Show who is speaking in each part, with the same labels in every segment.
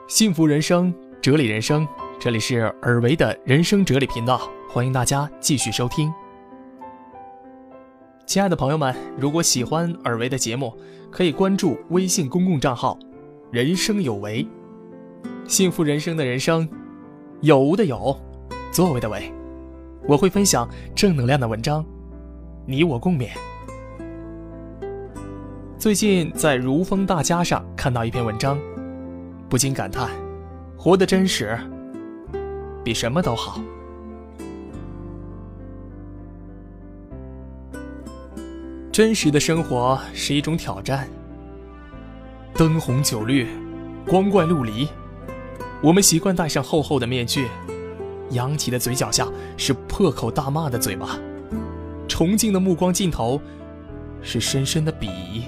Speaker 1: 幸福人生，哲理人生，这里是尔维的人生哲理频道，欢迎大家继续收听。亲爱的朋友们，如果喜欢尔维的节目，可以关注微信公共账号人生有为。幸福人生的人生，有无的有，作为的为，我会分享正能量的文章，你我共勉。最近在如风大家上看到一篇文章，不禁感叹，活得真实比什么都好。真实的生活是一种挑战，灯红酒绿，光怪陆离，我们习惯戴上厚厚的面具，扬起的嘴角下是破口大骂的嘴巴，崇敬的目光尽头是深深的鄙夷。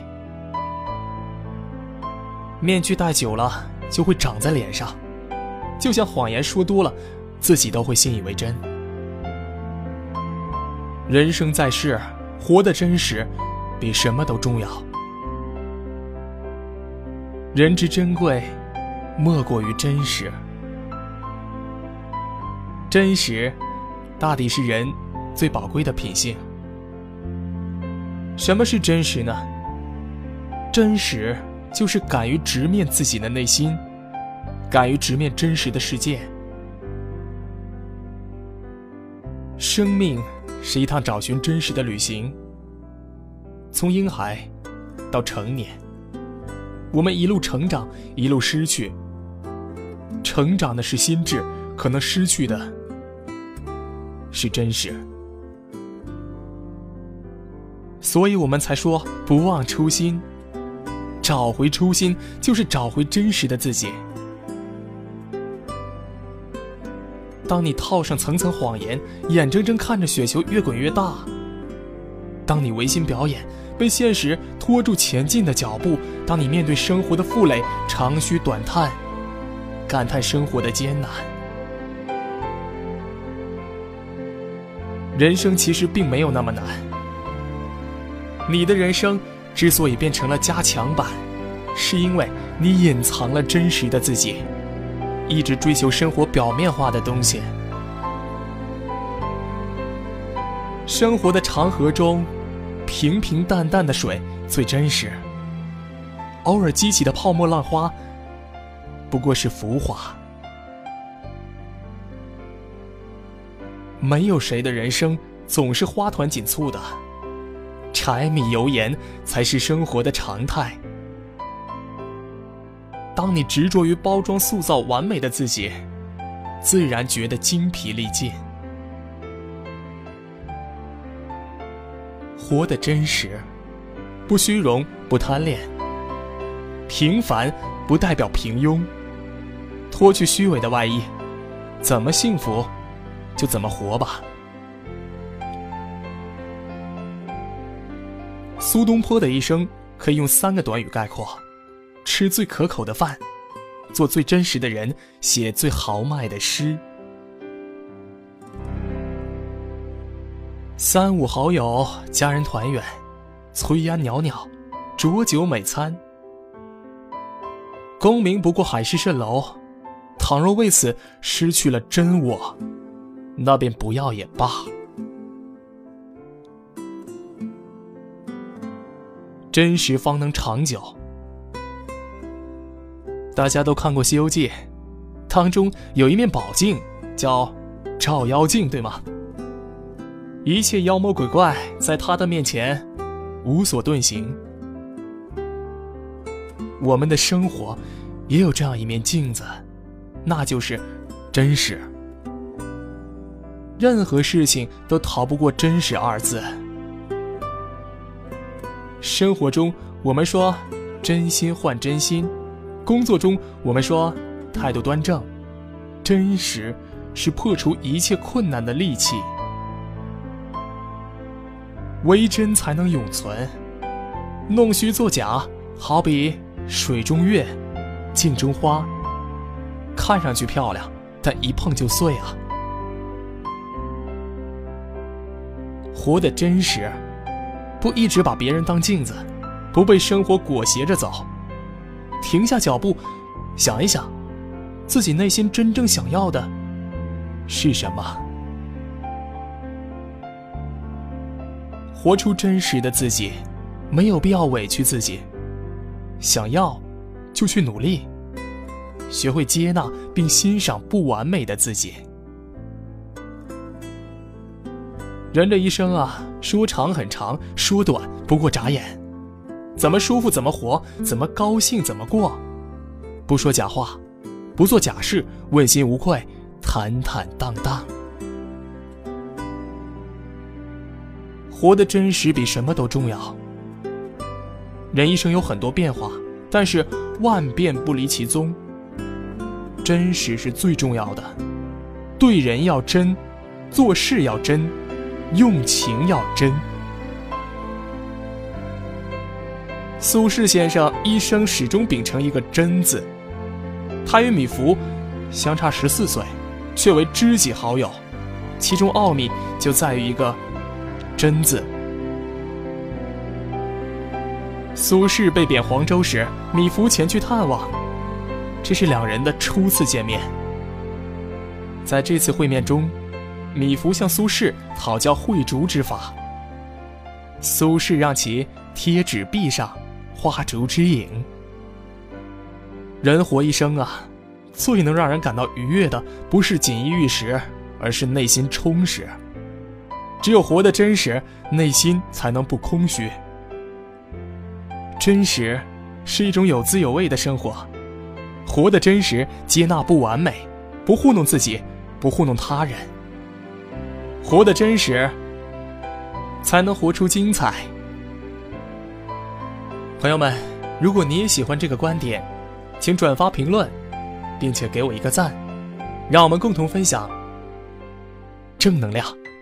Speaker 1: 面具戴久了就会长在脸上，就像谎言说多了，自己都会信以为真。人生在世，活得真实比什么都重要。人之珍贵，莫过于真实。真实大抵是人最宝贵的品性。什么是真实呢？真实就是敢于直面自己的内心，敢于直面真实的世界。生命是一趟找寻真实的旅行，从婴孩到成年，我们一路成长，一路失去。成长的是心智，可能失去的是真实。所以我们才说不忘初心，找回初心就是找回真实的自己。当你套上层层谎言，眼睁睁看着雪球越滚越大，当你违心表演，被现实拖住前进的脚步，当你面对生活的负累，长吁短叹，感叹生活的艰难。人生其实并没有那么难，你的人生之所以变成了加强版，是因为你隐藏了真实的自己，一直追求生活表面化的东西。生活的长河中，平平淡淡的水最真实，偶尔激起的泡沫浪花不过是浮华。没有谁的人生总是花团锦簇的，柴米油盐才是生活的常态。当你执着于包装塑造完美的自己，自然觉得精疲力尽。活得真实，不虚荣，不贪恋。平凡不代表平庸，脱去虚伪的外衣，怎么幸福就怎么活吧。苏东坡的一生可以用3个短语概括：吃最可口的饭，做最真实的人，写最豪迈的诗。3、5好友，家人团圆，炊烟袅袅，浊酒美餐。功名不过海市蜃楼，倘若为此失去了真我，那便不要也罢。真实方能长久。大家都看过《西游记》，当中有一面宝镜叫照妖镜，对吗？一切妖魔鬼怪在他的面前无所遁形。我们的生活也有这样一面镜子，那就是真实。任何事情都逃不过真实2字。生活中我们说真心换真心，工作中我们说态度端正。真实是破除一切困难的利器。唯真才能永存，弄虚作假，好比水中月，镜中花，看上去漂亮，但一碰就碎啊。活得真实，不一直把别人当镜子，不被生活裹挟着走，停下脚步，想一想， 自己内心真正想要的是什么。活出真实的自己，没有必要委屈自己，想要就去努力，学会接纳并欣赏不完美的自己。人这一生啊，说长很长，说短不过眨眼，怎么舒服怎么活，怎么高兴怎么过，不说假话，不做假事，问心无愧，坦坦荡荡。活得真实比什么都重要。人一生有很多变化，但是万变不离其宗，真实是最重要的。对人要真，做事要真，用情要真。苏轼先生一生始终秉承一个真字，他与米芾相差14岁，却为知己好友，其中奥秘就在于一个真字。苏轼被贬黄州时，米芾前去探望，这是两人的初次见面。在这次会面中，米芾向苏轼讨教绘竹之法，苏轼让其贴纸壁上画竹之影。人活一生啊，最能让人感到愉悦的不是锦衣玉食，而是内心充实。只有活得真实，内心才能不空虚。真实是一种有滋有味的生活，活得真实，接纳不完美，不糊弄自己，不糊弄他人。活得真实，才能活出精彩。朋友们，如果你也喜欢这个观点，请转发评论，并且给我一个赞，让我们共同分享正能量。